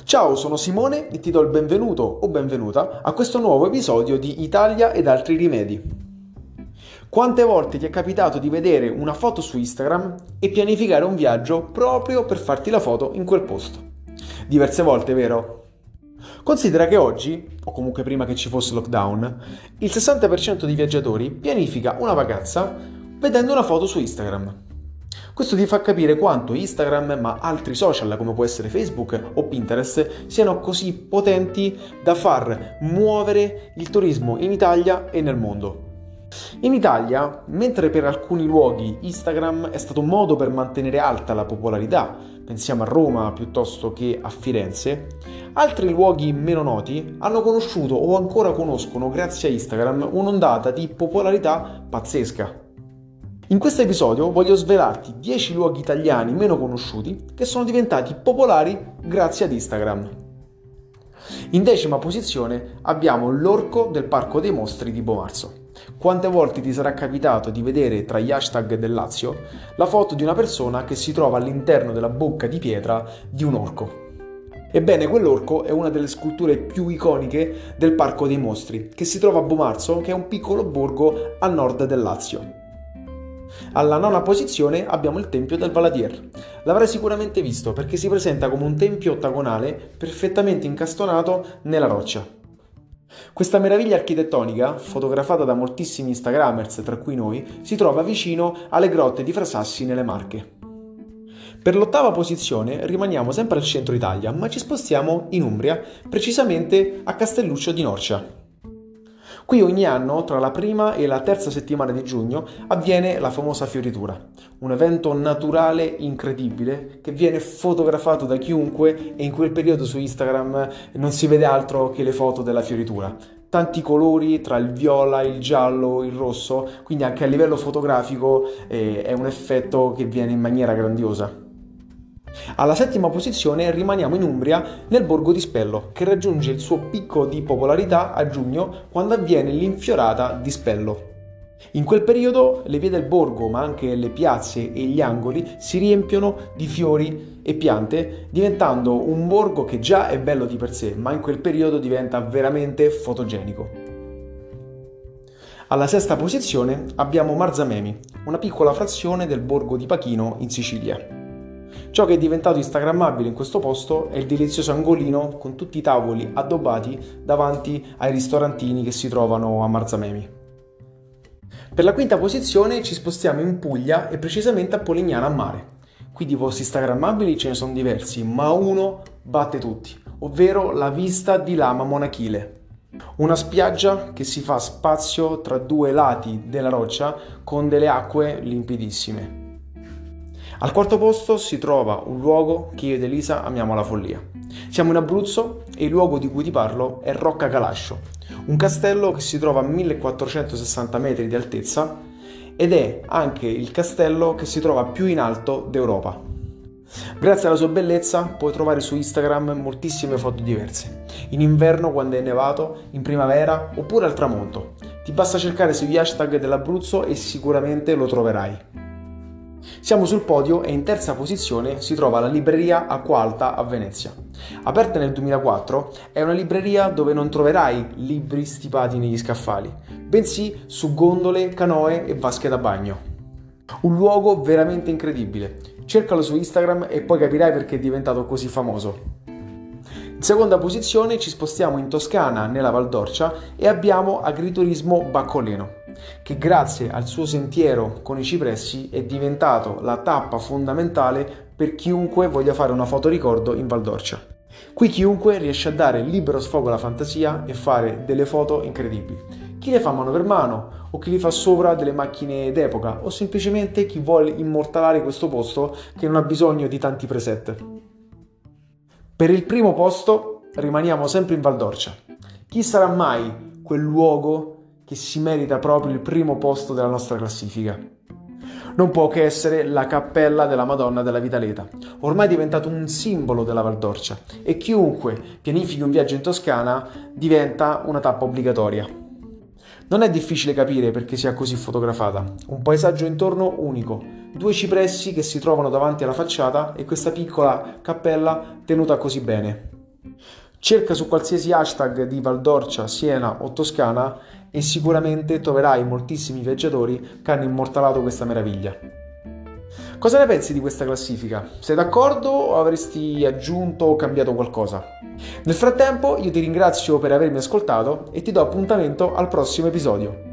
Ciao, sono Simone e ti do il benvenuto o benvenuta a questo nuovo episodio di Italia ed altri rimedi. Quante volte ti è capitato di vedere una foto su Instagram e pianificare un viaggio proprio per farti la foto in quel posto? Diverse volte, vero? Considera che oggi, o comunque prima che ci fosse lockdown, il 60% dei viaggiatori pianifica una vacanza vedendo una foto su Instagram. Questo ti fa capire quanto Instagram, ma altri social come può essere Facebook o Pinterest, siano così potenti da far muovere il turismo in Italia e nel mondo. In Italia, mentre per alcuni luoghi Instagram è stato un modo per mantenere alta la popolarità, pensiamo a Roma piuttosto che a Firenze, altri luoghi meno noti hanno conosciuto o ancora conoscono grazie a Instagram un'ondata di popolarità pazzesca. In questo episodio voglio svelarti 10 luoghi italiani meno conosciuti che sono diventati popolari grazie ad Instagram. In 10ª posizione abbiamo l'orco del Parco dei Mostri di Bomarzo. Quante volte ti sarà capitato di vedere tra gli hashtag del Lazio la foto di una persona che si trova all'interno della bocca di pietra di un orco? Ebbene, quell'orco è una delle sculture più iconiche del Parco dei Mostri, che si trova a Bomarzo, che è un piccolo borgo a nord del Lazio. Alla 9ª posizione abbiamo il Tempio del Valadier. L'avrai sicuramente visto perché si presenta come un tempio ottagonale perfettamente incastonato nella roccia. Questa meraviglia architettonica, fotografata da moltissimi instagrammers tra cui noi, si trova vicino alle grotte di Frasassi nelle Marche. Per l'8ª posizione rimaniamo sempre al centro Italia, ma ci spostiamo in Umbria, precisamente a Castelluccio di Norcia. Qui ogni anno, tra la prima e la terza settimana di giugno, avviene la famosa fioritura, un evento naturale incredibile che viene fotografato da chiunque e in quel periodo su Instagram non si vede altro che le foto della fioritura. Tanti colori tra il viola, il giallo, il rosso, quindi anche a livello fotografico è un effetto che viene in maniera grandiosa. Alla 7ª posizione rimaniamo in Umbria nel borgo di Spello, che raggiunge il suo picco di popolarità a giugno quando avviene l'infiorata di Spello. In quel periodo le vie del borgo, ma anche le piazze e gli angoli si riempiono di fiori e piante, diventando un borgo che già è bello di per sé, ma in quel periodo diventa veramente fotogenico. Alla 6ª posizione abbiamo Marzamemi, una piccola frazione del borgo di Pachino in Sicilia. Ciò che è diventato instagrammabile in questo posto è il delizioso angolino con tutti i tavoli addobbati davanti ai ristorantini che si trovano a Marzamemi. Per la 5ª posizione ci spostiamo in Puglia e precisamente a Polignano a Mare. Qui di posti instagrammabili ce ne sono diversi, ma uno batte tutti, ovvero la vista di Lama Monachile. Una spiaggia che si fa spazio tra due lati della roccia con delle acque limpidissime. Al 4º posto si trova un luogo che io ed Elisa amiamo alla follia. Siamo in Abruzzo e il luogo di cui ti parlo è Rocca Calascio, un castello che si trova a 1460 metri di altezza ed è anche il castello che si trova più in alto d'Europa. Grazie alla sua bellezza puoi trovare su Instagram moltissime foto diverse, in inverno quando è nevato, in primavera oppure al tramonto. Ti basta cercare sugli hashtag dell'Abruzzo e sicuramente lo troverai. Siamo sul podio e in terza posizione si trova la libreria Acqua Alta a Venezia. Aperta nel 2004, è una libreria dove non troverai libri stipati negli scaffali, bensì su gondole, canoe e vasche da bagno. Un luogo veramente incredibile. Cercalo su Instagram e poi capirai perché è diventato così famoso. In seconda posizione ci spostiamo in Toscana, nella Val d'Orcia, e abbiamo Agriturismo Baccoleno, che grazie al suo sentiero con i cipressi è diventato la tappa fondamentale per chiunque voglia fare una fotoricordo in Val d'Orcia. Qui chiunque riesce a dare libero sfogo alla fantasia e fare delle foto incredibili. Chi le fa mano per mano, o chi li fa sopra delle macchine d'epoca, o semplicemente chi vuole immortalare questo posto che non ha bisogno di tanti preset. Per il primo posto rimaniamo sempre in Val d'Orcia. Chi sarà mai quel luogo che si merita proprio il primo posto della nostra classifica? Non può che essere la Cappella della Madonna della Vitaleta, ormai diventato un simbolo della Val d'Orcia e chiunque pianifichi un viaggio in Toscana diventa una tappa obbligatoria. Non è difficile capire perché sia così fotografata, un paesaggio intorno unico, due cipressi che si trovano davanti alla facciata e questa piccola cappella tenuta così bene. Cerca su qualsiasi hashtag di Valdorcia, Siena o Toscana e sicuramente troverai moltissimi viaggiatori che hanno immortalato questa meraviglia. Cosa ne pensi di questa classifica? Sei d'accordo o avresti aggiunto o cambiato qualcosa? Nel frattempo io ti ringrazio per avermi ascoltato e ti do appuntamento al prossimo episodio.